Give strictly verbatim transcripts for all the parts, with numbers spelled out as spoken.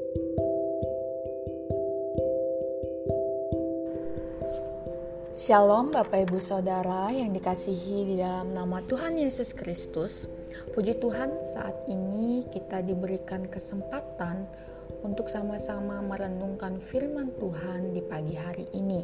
Shalom Bapak Ibu Saudara yang dikasihi di dalam nama Tuhan Yesus Kristus. Puji Tuhan, saat ini kita diberikan kesempatan untuk sama-sama merenungkan firman Tuhan di pagi hari ini.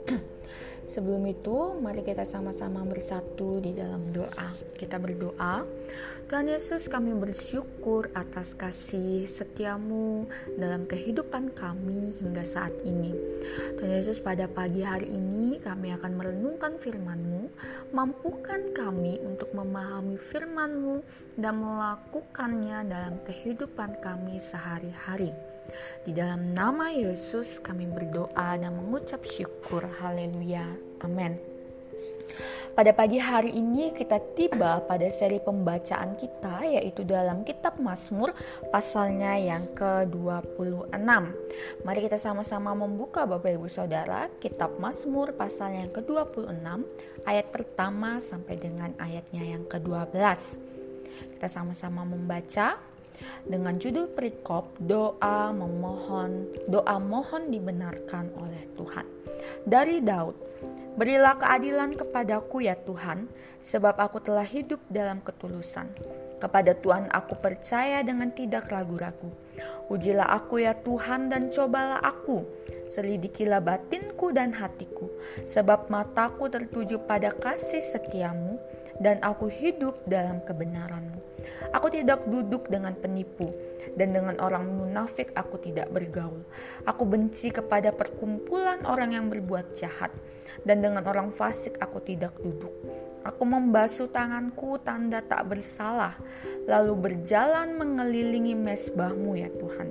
Sebelum itu, mari kita sama-sama bersatu di dalam doa. Kita berdoa. Tuhan Yesus, kami bersyukur atas kasih setiamu dalam kehidupan kami hingga saat ini. Tuhan Yesus, pada pagi hari ini kami akan merenungkan firman-Mu. Mampukan kami untuk memahami firman-Mu dan melakukannya dalam kehidupan kami sehari-hari. Di dalam nama Yesus kami berdoa dan mengucap syukur. Haleluya. Amin. Pada pagi hari ini kita tiba pada seri pembacaan kita, yaitu dalam kitab Mazmur pasalnya yang ke dua puluh enam. Mari kita sama-sama membuka Bapak Ibu Saudara kitab Mazmur pasal yang ke dua puluh enam ayat pertama sampai dengan ayatnya yang ke dua belas. Kita sama-sama membaca dengan judul perikop doa memohon doa mohon dibenarkan oleh Tuhan. Dari Daud, berilah keadilan kepadaku ya Tuhan, sebab aku telah hidup dalam ketulusan. Kepada Tuhan aku percaya dengan tidak ragu-ragu. Ujilah aku ya Tuhan dan cobalah aku, selidikilah batinku dan hatiku, sebab mataku tertuju pada kasih setiamu dan aku hidup dalam kebenaran-Mu. Aku tidak duduk dengan penipu, dan dengan orang munafik aku tidak bergaul. Aku benci kepada perkumpulan orang yang berbuat jahat, dan dengan orang fasik aku tidak duduk. Aku membasuh tanganku tanda tak bersalah, lalu berjalan mengelilingi mezbah-Mu ya Tuhan,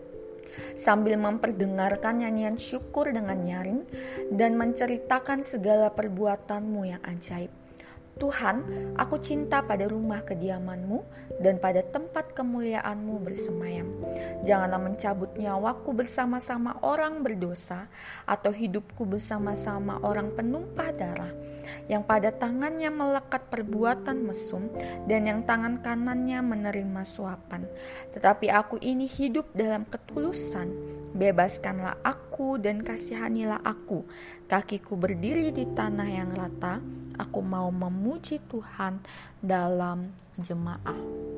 sambil memperdengarkan nyanyian syukur dengan nyaring dan menceritakan segala perbuatan-Mu yang ajaib. Tuhan, aku cinta pada rumah kediaman-Mu dan pada tempat kemuliaan-Mu bersemayam. Janganlah mencabut nyawaku bersama-sama orang berdosa, atau hidupku bersama-sama orang penumpah darah, yang pada tangannya melekat perbuatan mesum dan yang tangan kanannya menerima suapan. Tetapi aku ini hidup dalam ketulusan. Bebaskanlah aku dan kasihanilah aku. Kakiku berdiri di tanah yang rata. Aku mau memuji Tuhan dalam jemaah.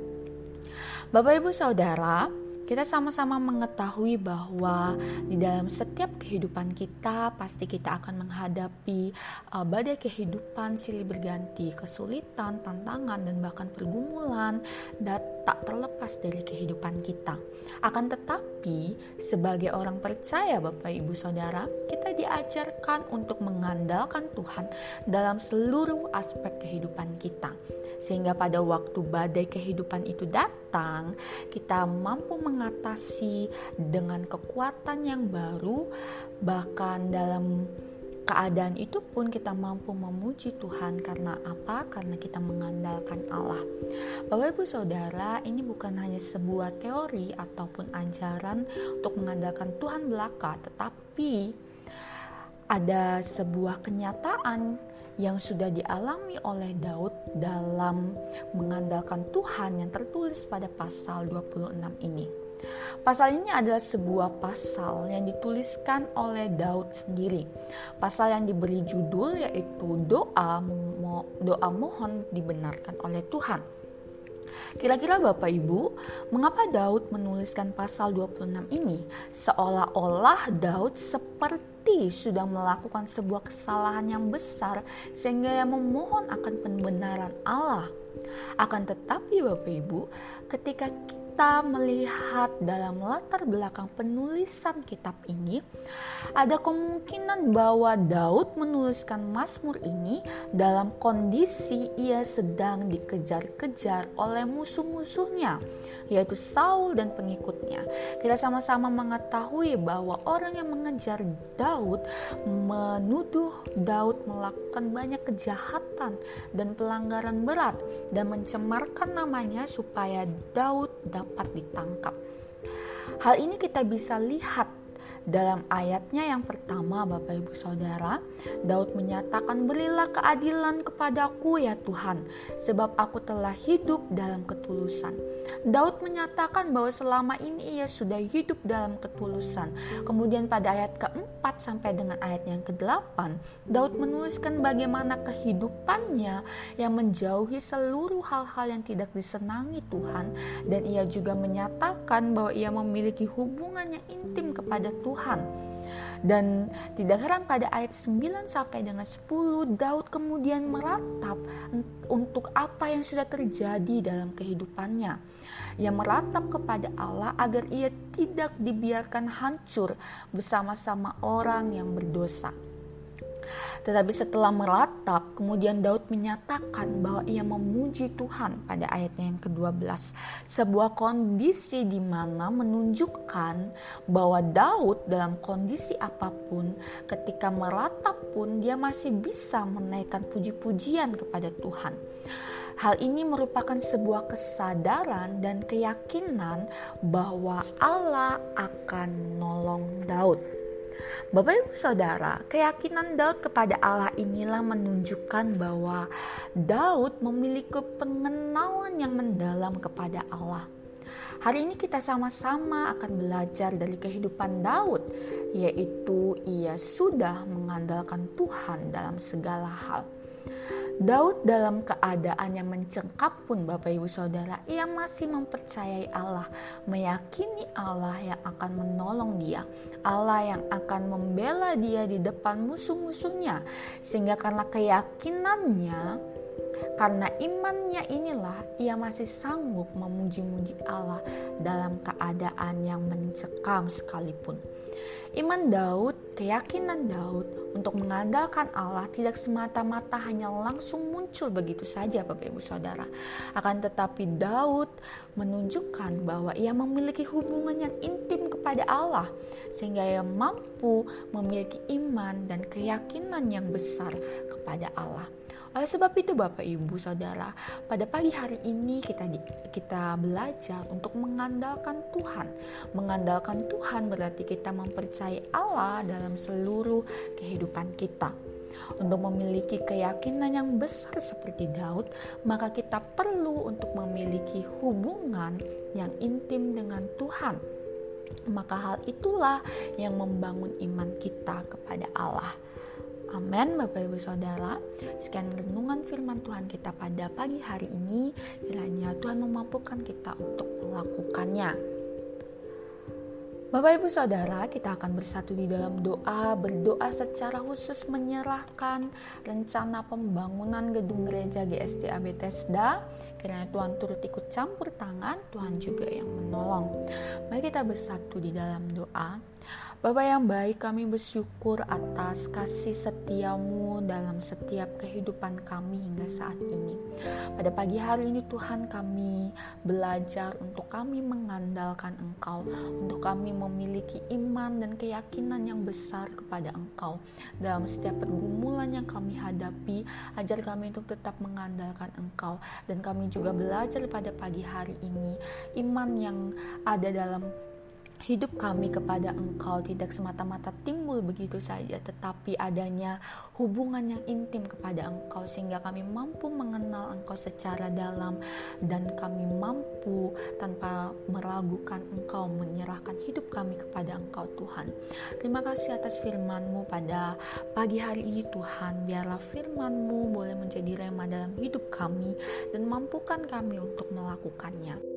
Bapak Ibu Saudara, kita sama-sama mengetahui bahwa di dalam setiap kehidupan kita pasti kita akan menghadapi uh, badai kehidupan silih berganti, kesulitan, tantangan, dan bahkan pergumulan dan tak terlepas dari kehidupan kita. Akan tetapi sebagai orang percaya Bapak Ibu Saudara, kita diajarkan untuk mengandalkan Tuhan dalam seluruh aspek kehidupan kita. Sehingga pada waktu badai kehidupan itu datang, kita mampu mengatasi dengan kekuatan yang baru. Bahkan dalam keadaan itu pun kita mampu memuji Tuhan. Karena apa? Karena kita mengandalkan Allah. Bapak Ibu Saudara, ini bukan hanya sebuah teori ataupun ajaran untuk mengandalkan Tuhan belaka, tetapi ada sebuah kenyataan yang sudah dialami oleh Daud dalam mengandalkan Tuhan yang tertulis pada pasal dua puluh enam ini. Pasal ini adalah sebuah pasal yang dituliskan oleh Daud sendiri. Pasal yang diberi judul yaitu doa doa mohon dibenarkan oleh Tuhan. Kira-kira Bapak Ibu, mengapa Daud menuliskan pasal dua puluh enam ini? Seolah-olah Daud seperti sudah melakukan sebuah kesalahan yang besar sehingga ia memohon akan pembenaran Allah. Akan tetapi Bapak Ibu, ketika kita melihat dalam latar belakang penulisan kitab ini, ada kemungkinan bahwa Daud menuliskan Mazmur ini dalam kondisi ia sedang dikejar-kejar oleh musuh-musuhnya, yaitu Saul dan pengikutnya. Kita sama-sama mengetahui bahwa orang yang mengejar Daud menuduh Daud melakukan banyak kejahatan dan pelanggaran berat dan mencemarkan namanya supaya Daud dapat ditangkap. Hal ini kita bisa lihat Dalam ayatnya yang pertama, Bapak Ibu Saudara, Daud menyatakan, "Berilah keadilan kepadaku ya Tuhan, sebab aku telah hidup dalam ketulusan." Daud menyatakan bahwa selama ini ia sudah hidup dalam ketulusan. Kemudian pada ayat keempat sampai dengan ayat yang kedelapan, Daud menuliskan bagaimana kehidupannya yang menjauhi seluruh hal-hal yang tidak disenangi Tuhan, dan ia juga menyatakan bahwa ia memiliki hubungan yang intim kepada Tuhan. Dan tidak heran pada ayat sembilan sampai dengan sepuluh, Daud kemudian meratap untuk apa yang sudah terjadi dalam kehidupannya. Ia meratap kepada Allah agar ia tidak dibiarkan hancur bersama-sama orang yang berdosa. Tetapi setelah meratap, kemudian Daud menyatakan bahwa ia memuji Tuhan pada ayatnya yang kedua belas. Sebuah kondisi di mana menunjukkan bahwa Daud dalam kondisi apapun, ketika meratap pun dia masih bisa menaikkan puji-pujian kepada Tuhan. Hal ini merupakan sebuah kesadaran dan keyakinan bahwa Allah akan menolong Daud. Bapak Ibu Saudara, keyakinan Daud kepada Allah inilah menunjukkan bahwa Daud memiliki pengenalan yang mendalam kepada Allah. Hari ini kita sama-sama akan belajar dari kehidupan Daud, yaitu ia sudah mengandalkan Tuhan dalam segala hal. Daud dalam keadaan yang mencengkam pun, Bapak Ibu Saudara, ia masih mempercayai Allah, meyakini Allah yang akan menolong dia, Allah yang akan membela dia di depan musuh-musuhnya. Sehingga karena keyakinannya, karena imannya inilah ia masih sanggup memuji-muji Allah dalam keadaan yang mencekam sekalipun. Iman Daud, keyakinan Daud untuk mengandalkan Allah tidak semata-mata hanya langsung muncul begitu saja, Bapak Ibu Saudara. Akan tetapi Daud menunjukkan bahwa ia memiliki hubungan yang intim kepada Allah, sehingga ia mampu memiliki iman dan keyakinan yang besar kepada Allah. Oleh sebab itu Bapak Ibu Saudara, pada pagi hari ini kita di, kita belajar untuk mengandalkan Tuhan. Mengandalkan Tuhan berarti kita mempercayai Allah dalam seluruh kehidupan kita. Untuk memiliki keyakinan yang besar seperti Daud, maka kita perlu untuk memiliki hubungan yang intim dengan Tuhan. Maka hal itulah yang membangun iman kita kepada Allah. Amin, Bapak Ibu Saudara. Sekian renungan firman Tuhan kita pada pagi hari ini. Kiranya Tuhan memampukan kita untuk melakukannya. Bapak Ibu Saudara, kita akan bersatu di dalam doa, berdoa secara khusus menyerahkan rencana pembangunan gedung gereja G S D A Bethesda. Kiranya Tuhan turut ikut campur tangan, Tuhan juga yang menolong. Mari kita bersatu di dalam doa. Bapa yang baik, kami bersyukur atas kasih setiamu dalam setiap kehidupan kami hingga saat ini. Pada pagi hari ini Tuhan, kami belajar untuk kami mengandalkan Engkau, untuk kami memiliki iman dan keyakinan yang besar kepada Engkau. Dalam setiap pergumulan yang kami hadapi, ajar kami untuk tetap mengandalkan Engkau. Dan kami juga belajar pada pagi hari ini, iman yang ada dalam hidup kami kepada Engkau tidak semata-mata timbul begitu saja, tetapi adanya hubungan yang intim kepada Engkau, sehingga kami mampu mengenal Engkau secara dalam, dan kami mampu tanpa meragukan Engkau menyerahkan hidup kami kepada Engkau Tuhan. Terima kasih atas firman-Mu pada pagi hari ini Tuhan. Biarlah firman-Mu boleh menjadi rema dalam hidup kami dan mampukan kami untuk melakukannya.